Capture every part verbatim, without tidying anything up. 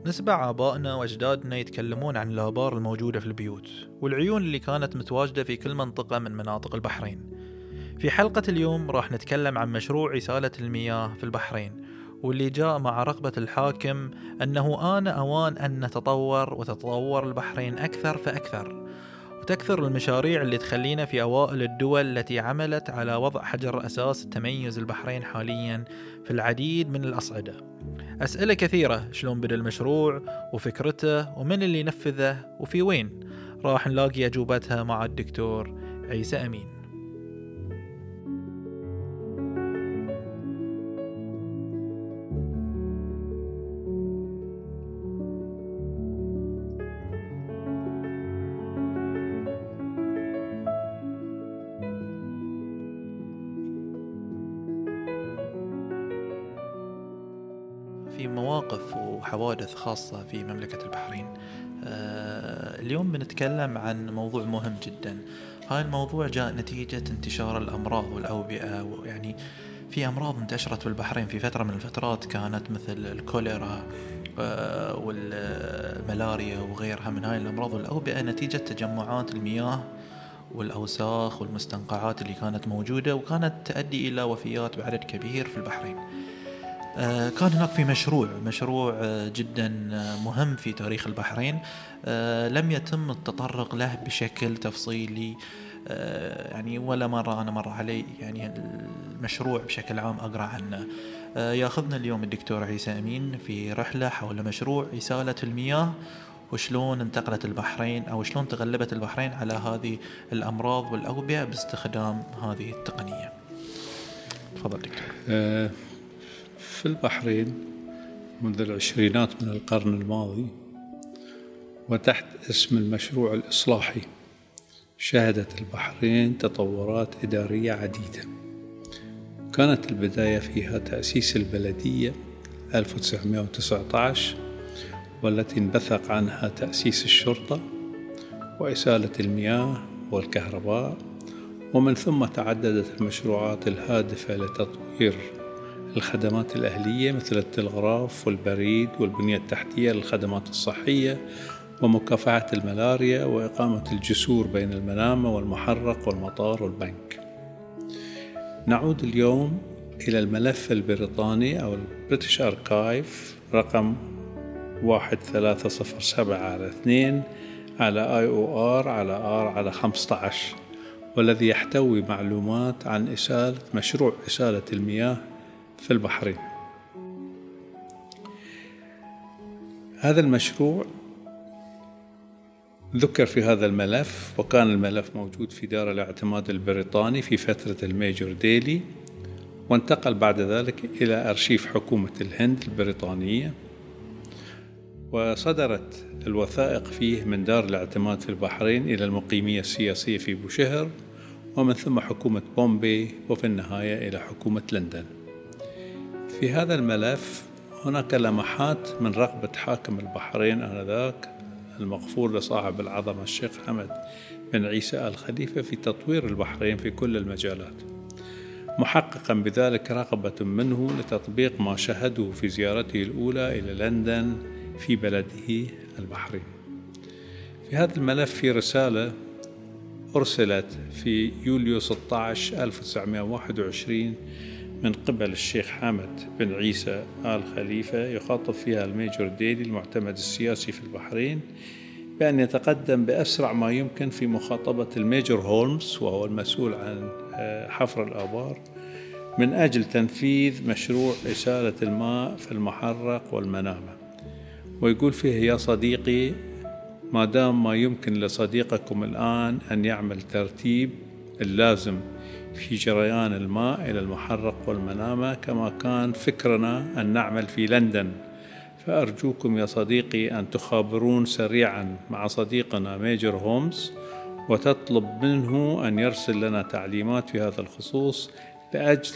نسمع آبائنا وأجدادنا يتكلمون عن الآبار الموجودة في البيوت والعيون اللي كانت متواجدة في كل منطقة من مناطق البحرين. في حلقة اليوم راح نتكلم عن مشروع إسالة المياه في البحرين، واللي جاء مع رغبة الحاكم أنه آن أوان أن نتطور وتتطور البحرين أكثر فأكثر، وتكثر المشاريع اللي تخلينا في أوائل الدول التي عملت على وضع حجر أساس تميز البحرين حاليا في العديد من الأصعدة. أسئلة كثيرة: شلون بدأ المشروع وفكرته ومن اللي نفذه وفي وين؟ راح نلاقي أجوبتها مع الدكتور عيسى أمين. في مواقف وحوادث خاصة في مملكة البحرين. آه اليوم بنتكلم عن موضوع مهم جدا. هاي الموضوع جاء نتيجة انتشار الأمراض والأوبئة، يعني في أمراض انتشرت في البحرين في فترة من الفترات، كانت مثل الكوليرا آه والملاريا وغيرها من هاي الأمراض والأوبئة، نتيجة تجمعات المياه والأوساخ والمستنقعات اللي كانت موجودة، وكانت تؤدي إلى وفيات بعدد كبير في البحرين. كان هناك في مشروع مشروع جدا مهم في تاريخ البحرين، لم يتم التطرق له بشكل تفصيلي، يعني ولا مرة أنا مر علي يعني المشروع بشكل عام أقرأ عنه. ياخذنا اليوم الدكتور عيسى أمين في رحلة حول مشروع إسالة المياه، وشلون انتقلت البحرين أو شلون تغلبت البحرين على هذه الأمراض والأوبئة باستخدام هذه التقنية. تفضل دكتور. أه في البحرين منذ العشرينات من القرن الماضي وتحت اسم المشروع الإصلاحي شهدت البحرين تطورات إدارية عديدة. كانت البداية فيها تأسيس البلدية ألف وتسعمائة وتسعة عشر، والتي انبثق عنها تأسيس الشرطة وإسالة المياه والكهرباء، ومن ثم تعددت المشروعات الهادفة لتطوير الخدمات الأهلية مثل التلغراف والبريد والبنية التحتية للخدمات الصحية ومكافحة الملاريا وإقامة الجسور بين المنامة والمحرق والمطار والبنك. نعود اليوم إلى الملف البريطاني أو البريتش أركايف رقم واحد ثلاثة صفر سبعة على اثنين على آي أو آر على آر على خمسة عشر، والذي يحتوي معلومات عن إسالة مشروع إسالة المياه في البحرين. هذا المشروع ذكر في هذا الملف، وكان الملف موجود في دار الاعتماد البريطاني في فترة الميجور ديلي، وانتقل بعد ذلك إلى أرشيف حكومة الهند البريطانية، وصدرت الوثائق فيه من دار الاعتماد في البحرين إلى المقيمية السياسية في بوشهر، ومن ثم حكومة بومبي، وفي النهاية إلى حكومة لندن. في هذا الملف هناك لمحات من رغبة حاكم البحرين آنذاك المغفور لصاحب العظمة الشيخ حمد بن عيسى آل خليفة في تطوير البحرين في كل المجالات، محققا بذلك رغبة منه لتطبيق ما شهده في زيارته الأولى إلى لندن في بلده البحرين. في هذا الملف في رسالة أرسلت في يوليو ستة عشر ألف وتسعمائة وواحد وعشرين من قبل الشيخ حامد بن عيسى آل خليفة، يخاطب فيها الميجور ديلي المعتمد السياسي في البحرين بأن يتقدم بأسرع ما يمكن في مخاطبة الميجور هولمز، وهو المسؤول عن حفر الآبار، من أجل تنفيذ مشروع إسالة الماء في المحرق والمنامة. ويقول فيه: يا صديقي، ما دام ما يمكن لصديقكم الآن أن يعمل ترتيب اللازم في جريان الماء إلى المحرق والمنامة كما كان فكرنا أن نعمل في لندن، فأرجوكم يا صديقي أن تخابرون سريعا مع صديقنا ميجر هومز وتطلب منه أن يرسل لنا تعليمات في هذا الخصوص لأجل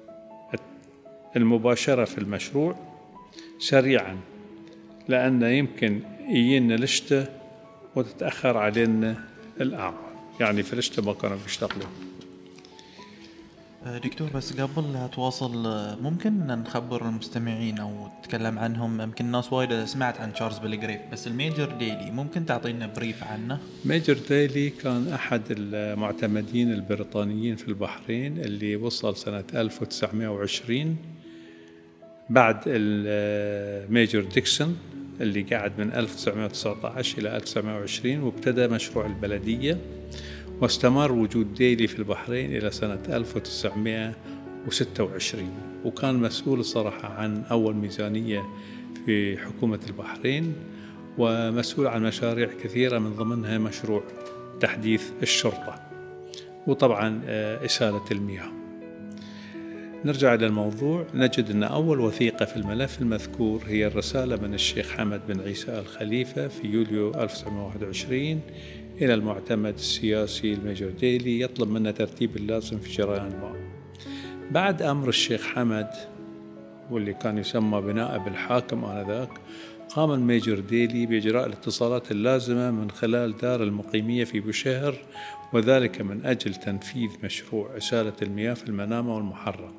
المباشرة في المشروع سريعا، لأن يمكن يجينا الشتاء وتتأخر علينا الأعمال. يعني في الشتاء ما كانوا بيشتغلوا. دكتور، بس قبل لا تواصل ممكن نخبر المستمعين أو تتكلم عنهم؟ يمكن الناس وايد سمعت عن تشارلز بيلغريف، بس الميجر ديلي ممكن تعطينا بريف عنه؟ ميجر ديلي كان أحد المعتمدين البريطانيين في البحرين اللي وصل سنة ألف وتسعمائة وعشرين بعد الميجر ديكسون اللي قعد من ألف وتسعمائة وتسعة عشر إلى ألف وتسعمائة وعشرين، وابتدى مشروع البلدية، واستمر وجود ديلي في البحرين إلى سنة ألف وتسعمائة وستة وعشرين، وكان مسؤول الصراحة عن أول ميزانية في حكومة البحرين، ومسؤول عن مشاريع كثيرة من ضمنها مشروع تحديث الشرطة، وطبعا إسالة المياه. نرجع إلى الموضوع، نجد أن أول وثيقة في الملف المذكور هي الرسالة من الشيخ حمد بن عيسى الخليفة في يوليو ألف وتسعمائة وواحد وعشرين إلى المعتمد السياسي الميجر ديلي، يطلب منا ترتيب اللازم في جريان الماء. بعد أمر الشيخ حمد واللي كان يسمى بنائب الحاكم آنذاك، قام الميجر ديلي بإجراء الاتصالات اللازمة من خلال دار المقيمية في بوشهر، وذلك من أجل تنفيذ مشروع إسالة المياه في المنامة والمحرق.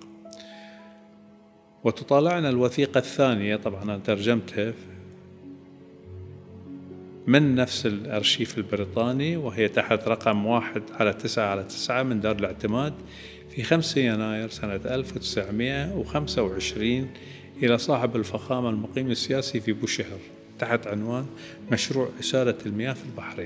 وتطالعنا الوثيقة الثانية، طبعا أنا ترجمتها من نفس الأرشيف البريطاني، وهي تحت رقم واحد على تسعة على تسعة من دار الاعتماد في خمسة يناير سنة ألف وتسعمائة وخمسة وعشرين إلى صاحب الفخامة المقيم السياسي في بوشهر تحت عنوان مشروع إسالة المياه في البحرين.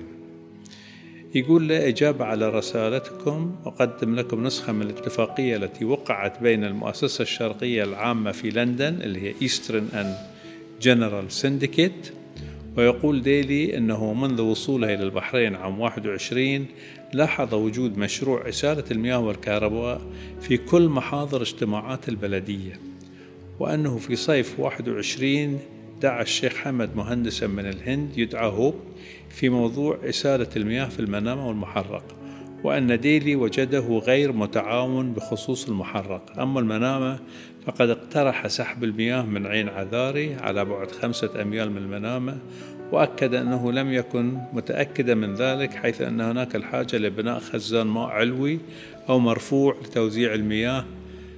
يقول له: إجابة على رسالتكم، أقدم لكم نسخة من الاتفاقية التي وقعت بين المؤسسة الشرقية العامة في لندن اللي هي Eastern and General Syndicate. ويقول ديلي أنه منذ وصوله إلى البحرين عام واحد وعشرين لاحظ وجود مشروع إسالة المياه والكهرباء في كل محاضر اجتماعات البلدية، وأنه في صيف واحد وعشرين دعا الشيخ حمد مهندسا من الهند يدعى هوب في موضوع إسالة المياه في المنامة والمحرق، وأن ديلي وجده غير متعاون بخصوص المحرق. أما المنامة فقد اقترح سحب المياه من عين عذاري على بعد خمسة أميال من المنامة، وأكد أنه لم يكن متأكدا من ذلك، حيث أن هناك الحاجة لبناء خزان ماء علوي أو مرفوع لتوزيع المياه،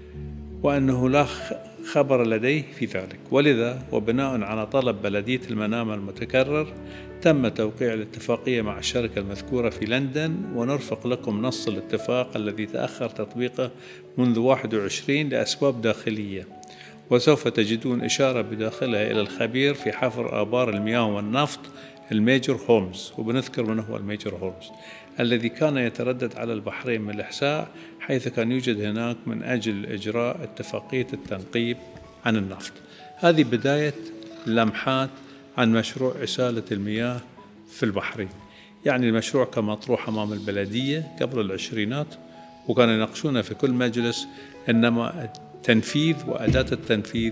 وأنه لا خبر لديه في ذلك. ولذا وبناء على طلب بلدية المنامة المتكرر تم توقيع الاتفاقية مع الشركة المذكورة في لندن، ونرفق لكم نص الاتفاق الذي تأخر تطبيقه منذ واحد وعشرين لأسباب داخلية، وسوف تجدون إشارة بداخلها إلى الخبير في حفر آبار المياه والنفط الميجر هولمز. وبنذكر من هو الميجر هولمز الذي كان يتردد على البحرين من الإحساء، حيث كان يوجد هناك من أجل إجراء اتفاقية التنقيب عن النفط. هذه بداية لمحات عن مشروع إسالة المياه في البحرين. يعني المشروع كان مطروح أمام البلدية قبل العشرينات، وكانوا يناقشونه في كل مجلس، إنما التنفيذ وأداة التنفيذ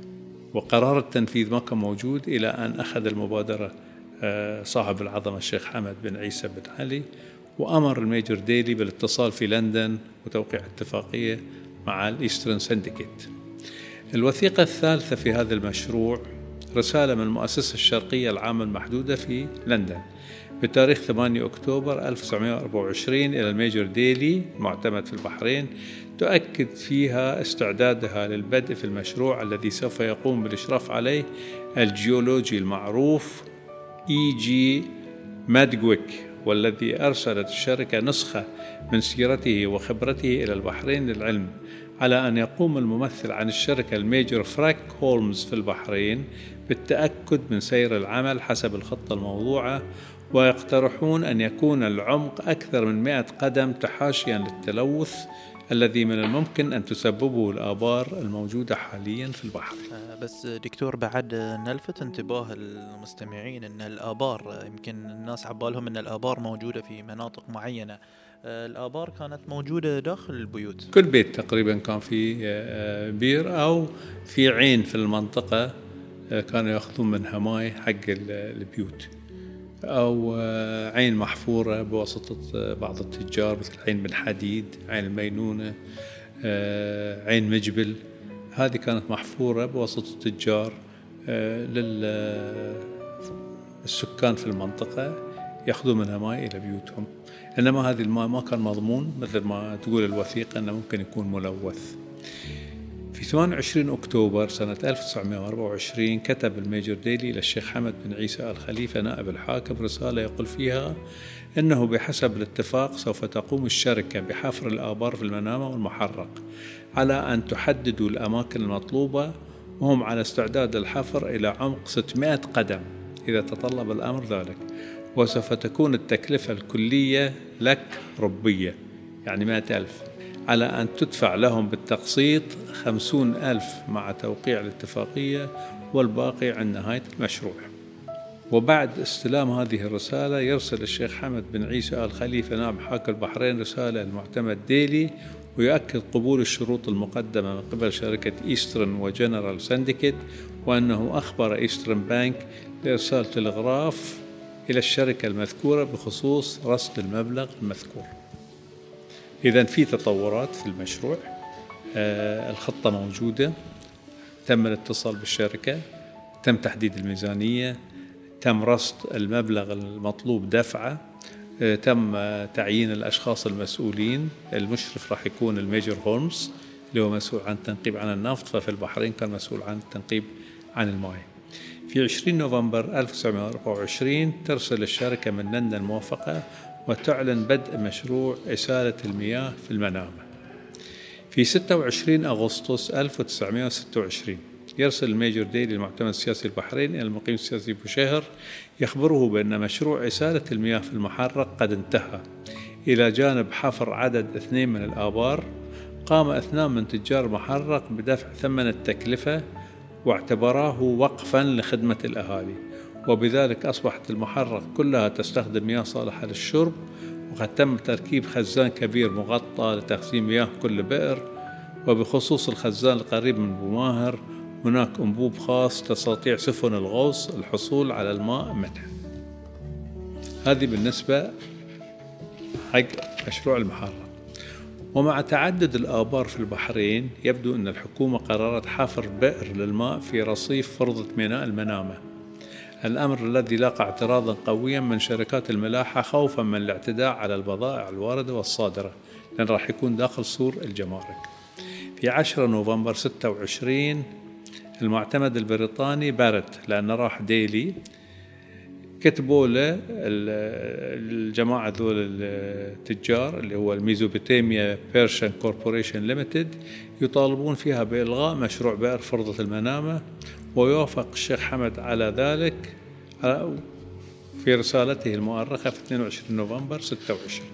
وقرار التنفيذ ما كان موجود، إلى أن أخذ المبادرة صاحب العظمة الشيخ حمد بن عيسى بن علي، وأمر الميجر ديلي بالاتصال في لندن وتوقيع اتفاقية مع الإيسترن سندكيت. الوثيقة الثالثة في هذا المشروع رسالة من المؤسسة الشرقية العامة المحدودة في لندن بتاريخ ثمانية أكتوبر ألف وتسعمائة وأربعة وعشرين إلى الميجر ديلي معتمد في البحرين، تؤكد فيها استعدادها للبدء في المشروع الذي سوف يقوم بالإشراف عليه الجيولوجي المعروف إي جي مادغويك، والذي أرسلت الشركة نسخة من سيرته وخبرته إلى البحرين للعلم، على أن يقوم الممثل عن الشركة الميجر فرانك هولمز في البحرين بالتأكد من سير العمل حسب الخطة الموضوعة، ويقترحون أن يكون العمق أكثر من مئة قدم تحاشيا للتلوث الذي من الممكن أن تسببه الآبار الموجودة حاليا في البحر. بس دكتور، بعد نلفت انتباه المستمعين أن الآبار، يمكن الناس عبالهم أن الآبار موجودة في مناطق معينة، الآبار كانت موجودة داخل البيوت. كل بيت تقريبا كان في بير أو في عين في المنطقة كانوا يأخذون منها ماء حق البيوت، أو عين محفورة بواسطة بعض التجار مثل عين بن حديد، عين المينونة، عين مجبل. هذه كانت محفورة بواسطة التجار للسكان في المنطقة يأخذون منها ماء إلى بيوتهم، إنما هذه الماء ما كان مضمون مثل ما تقول الوثيقة أنه ممكن يكون ملوث. في ثمانية وعشرين أكتوبر سنة ألف وتسعمائة وأربعة وعشرين كتب الميجر ديلي للشيخ حمد بن عيسى آل خليفة نائب الحاكم رسالة يقول فيها أنه بحسب الاتفاق سوف تقوم الشركة بحفر الآبار في المنامة والمحرق على أن تحددوا الأماكن المطلوبة، وهم على استعداد الحفر إلى عمق ستمائة قدم إذا تطلب الأمر ذلك، وسوف تكون التكلفة الكلية لك ربية يعني مائة ألف، على أن تدفع لهم بالتقسيط خمسون ألف مع توقيع الاتفاقية، والباقي عند نهاية المشروع. وبعد استلام هذه الرسالة يرسل الشيخ حمد بن عيسى آل خليفة نائب حاكم البحرين رسالة المعتمد ديلي ويؤكد قبول الشروط المقدمة من قبل شركة إيسترن وجنرال سندكيت، وأنه أخبر إيسترن بانك لإرسال تلغراف إلى الشركة المذكورة بخصوص رصد المبلغ المذكور. إذن في تطورات في المشروع، آه الخطة موجودة، تم الاتصال بالشركة، تم تحديد الميزانية، تم رصد المبلغ المطلوب دفعه، آه تم آه تعيين الأشخاص المسؤولين. المشرف راح يكون الميجر هولمز اللي هو مسؤول عن التنقيب عن النفط، ففي البحرين كان مسؤول عن التنقيب عن الماء. في عشرين نوفمبر ألف وتسعمائة وأربعة وعشرين ترسل الشركة من لندن موافقة وتعلن بدء مشروع إسالة المياه في المنامة. في ستة وعشرين أغسطس ألف وتسعمائة وستة وعشرين يرسل الميجر ديلي المعتمد السياسي البحرين إلى المقيم السياسي بوشهر يخبره بأن مشروع إسالة المياه في المحرق قد انتهى، إلى جانب حفر عدد اثنين من الآبار. قام اثنان من تجار المحرق بدفع ثمن التكلفة واعتبراه وقفا لخدمة الأهالي، وبذلك أصبحت المحرق كلها تستخدم مياه صالحة للشرب، وقد تم تركيب خزان كبير مغطى لتخزين مياه كل بئر. وبخصوص الخزان القريب من بوماهر هناك أنبوب خاص تستطيع سفن الغوص الحصول على الماء منه. هذه بالنسبة حق مشروع المحرق. ومع تعدد الآبار في البحرين يبدو أن الحكومة قررت حفر بئر للماء في رصيف فرضة ميناء المنامة، الأمر الذي لاقى اعتراضا قويا من شركات الملاحة خوفا من الاعتداء على البضائع الواردة والصادرة، لأن راح يكون داخل سور الجمارك. في عشرة نوفمبر ستة وعشرين المعتمد البريطاني بارت، لأن راح ديلي كتبوا له الجماعة ذول التجار اللي هو الميزوبوتاميا بيرشن كوربوريشن ليميتد يطالبون فيها بإلغاء مشروع بئر فرضة المنامة، ويوافق الشيخ حمد على ذلك في رسالته المؤرخة في اثنين وعشرين نوفمبر ستة وعشرين.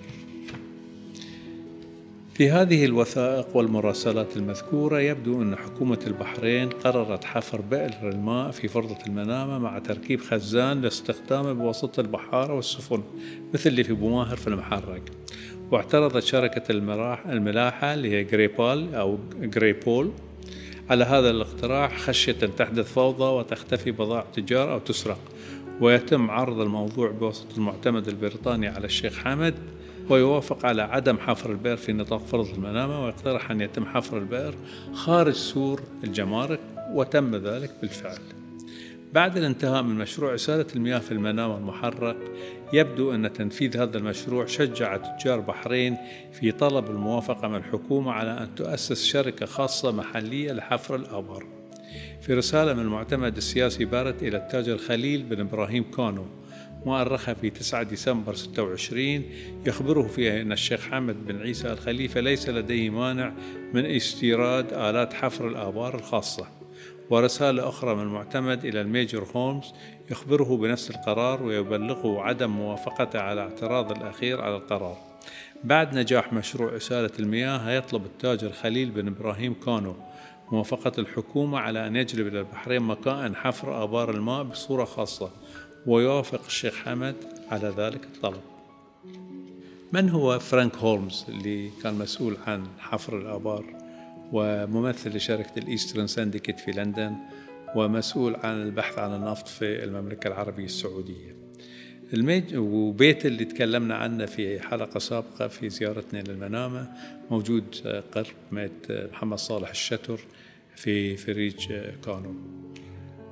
في هذه الوثائق والمراسلات المذكورة يبدو أن حكومة البحرين قررت حفر بئر الماء في فرضة المنامة مع تركيب خزان لاستخدامه بواسطة البحارة والسفن مثل اللي في بوماهر في المحرق. واعترضت شركة الملاحة اللي هي جريبال أو جريبول على هذا الاقتراح خشية أن تحدث فوضى وتختفي بضائع تجار أو تسرق، ويتم عرض الموضوع بواسطة المعتمد البريطاني على الشيخ حمد، ويوافق على عدم حفر البئر في نطاق فرض المنامة، ويقترح أن يتم حفر البئر خارج سور الجمارك، وتم ذلك بالفعل. بعد الانتهاء من مشروع إسالة المياه في المنامة المحرق يبدو أن تنفيذ هذا المشروع شجع تجار بحرين في طلب الموافقة من الحكومة على أن تؤسس شركة خاصة محلية لحفر الآبار. في رسالة من المعتمد السياسي بارت إلى التاجر خليل بن إبراهيم كانو مؤرخة في تسعة ديسمبر ستة وعشرين يخبره فيها أن الشيخ حمد بن عيسى آل خليفة ليس لديه مانع من استيراد آلات حفر الآبار الخاصة. ورسالة أخرى من المعتمد إلى الميجر هولمز يخبره بنفس القرار ويبلغه عدم موافقته على اعتراض الأخير على القرار. بعد نجاح مشروع إسالة المياه يطلب التاجر خليل بن إبراهيم كانو موافقة الحكومة على أن يجلب إلى البحرين مكان حفر آبار الماء بصورة خاصة، ويوافق الشيخ حمد على ذلك الطلب. من هو فرانك هولمز اللي كان مسؤول عن حفر الآبار وممثل لشركة الإيسترن سندكيت في لندن ومسؤول عن البحث عن النفط في المملكة العربية السعودية؟ الميج وبيت اللي تكلمنا عنه في حلقة سابقة في زيارتنا للمنامة موجود قرب بيت محمد صالح الشتر في فريج كانو.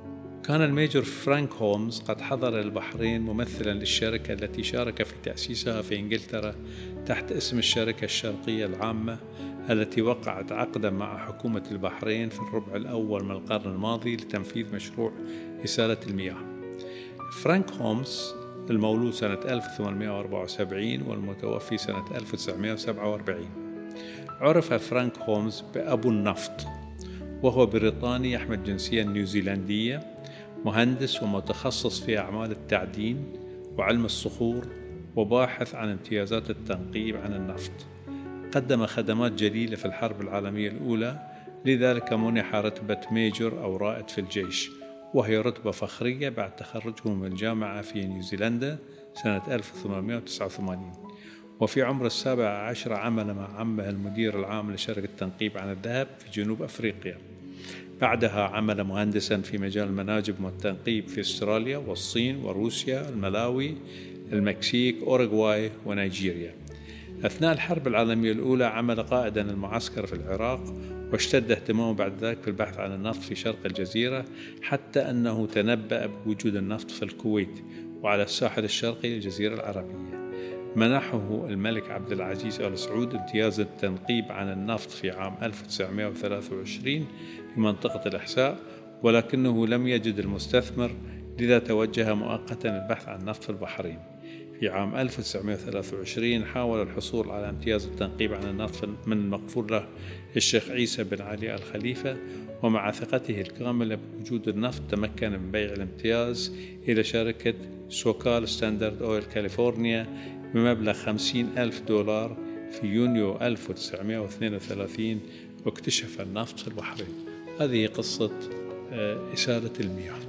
وكان الميجر فرانك هولمز قد حضر البحرين ممثلا للشركة التي شارك في تأسيسها في إنجلترا تحت اسم الشركة الشرقية العامة، التي وقعت عقدا مع حكومة البحرين في الربع الأول من القرن الماضي لتنفيذ مشروع إسالة المياه. فرانك هولمز المولود سنة ألف وثمانمائة وأربعة وسبعين والمتوفي سنة ألف وتسعمائة وسبعة وأربعين، عرف فرانك هولمز بأبو النفط، وهو بريطاني يحمل جنسية نيوزيلندية، مهندس ومتخصص في أعمال التعدين وعلم الصخور، وباحث عن امتيازات التنقيب عن النفط. قدم خدمات جليلة في الحرب العالمية الأولى، لذلك منح رتبة ميجور أو رائد في الجيش، وهي رتبة فخرية بعد تخرجه من الجامعة في نيوزيلندا سنة ألف وثمانمائة وتسعة وثمانين. وفي عمر السابع عشر عمل مع عمه المدير العام لشركة التنقيب عن الذهب في جنوب أفريقيا. بعدها عمل مهندسا في مجال المناجم والتنقيب في أستراليا والصين وروسيا، الملاوي، المكسيك، أوروغواي ونيجيريا. أثناء الحرب العالمية الأولى عمل قائدا المعسكر في العراق، واشتد اهتمامه بعد ذلك في البحث عن النفط في شرق الجزيرة، حتى أنه تنبأ بوجود النفط في الكويت وعلى الساحل الشرقي للجزيرة العربية. منحه الملك عبد العزيز آل سعود امتياز التنقيب عن النفط في عام ألف وتسعمائة وثلاثة وعشرين في منطقة الإحساء، ولكنه لم يجد المستثمر، لذا توجه مؤقتا للبحث عن النفط في البحرين. في عام ألف وتسعمائة وثلاثة وعشرين حاول الحصول على امتياز التنقيب عن النفط من المغفور له الشيخ عيسى بن علي آل خليفة، ومع ثقته الكاملة بوجود النفط تمكن من بيع الامتياز إلى شركة سوكال ستاندرد أويل كاليفورنيا بمبلغ خمسين ألف دولار في يونيو ألف وتسعمائة واثنين وثلاثين، واكتشف النفط في البحرين. هذه قصة إسالة المياه.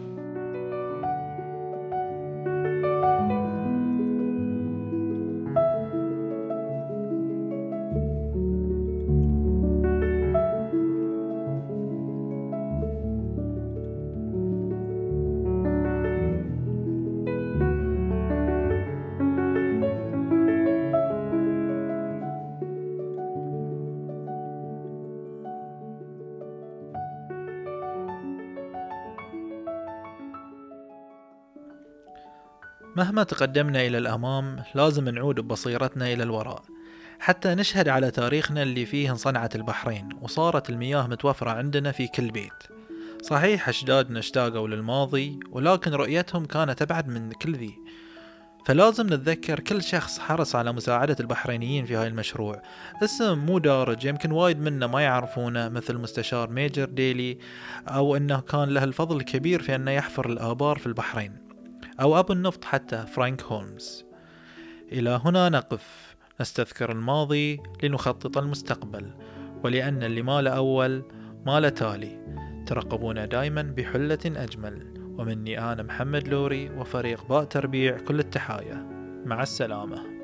مهما تقدمنا إلى الأمام لازم نعود ببصيرتنا إلى الوراء حتى نشهد على تاريخنا اللي فيه انصنعت البحرين وصارت المياه متوفرة عندنا في كل بيت. صحيح أجدادنا اشتاقوا للماضي، ولكن رؤيتهم كانت أبعد من كل ذي. فلازم نتذكر كل شخص حرص على مساعدة البحرينيين في هاي المشروع. اسم مو دارج يمكن وايد منا ما يعرفونه، مثل مستشار ميجر ديلي، أو أنه كان له الفضل الكبير في أنه يحفر الآبار في البحرين، أو أبو النفط حتى فرانك هولمز. إلى هنا نقف، نستذكر الماضي لنخطط المستقبل، ولأن اللي ما له أول ما له تالي. ترقبونا دايما بحلة أجمل. ومني أنا محمد لوري وفريق باء تربيع كل التحايا. مع السلامة.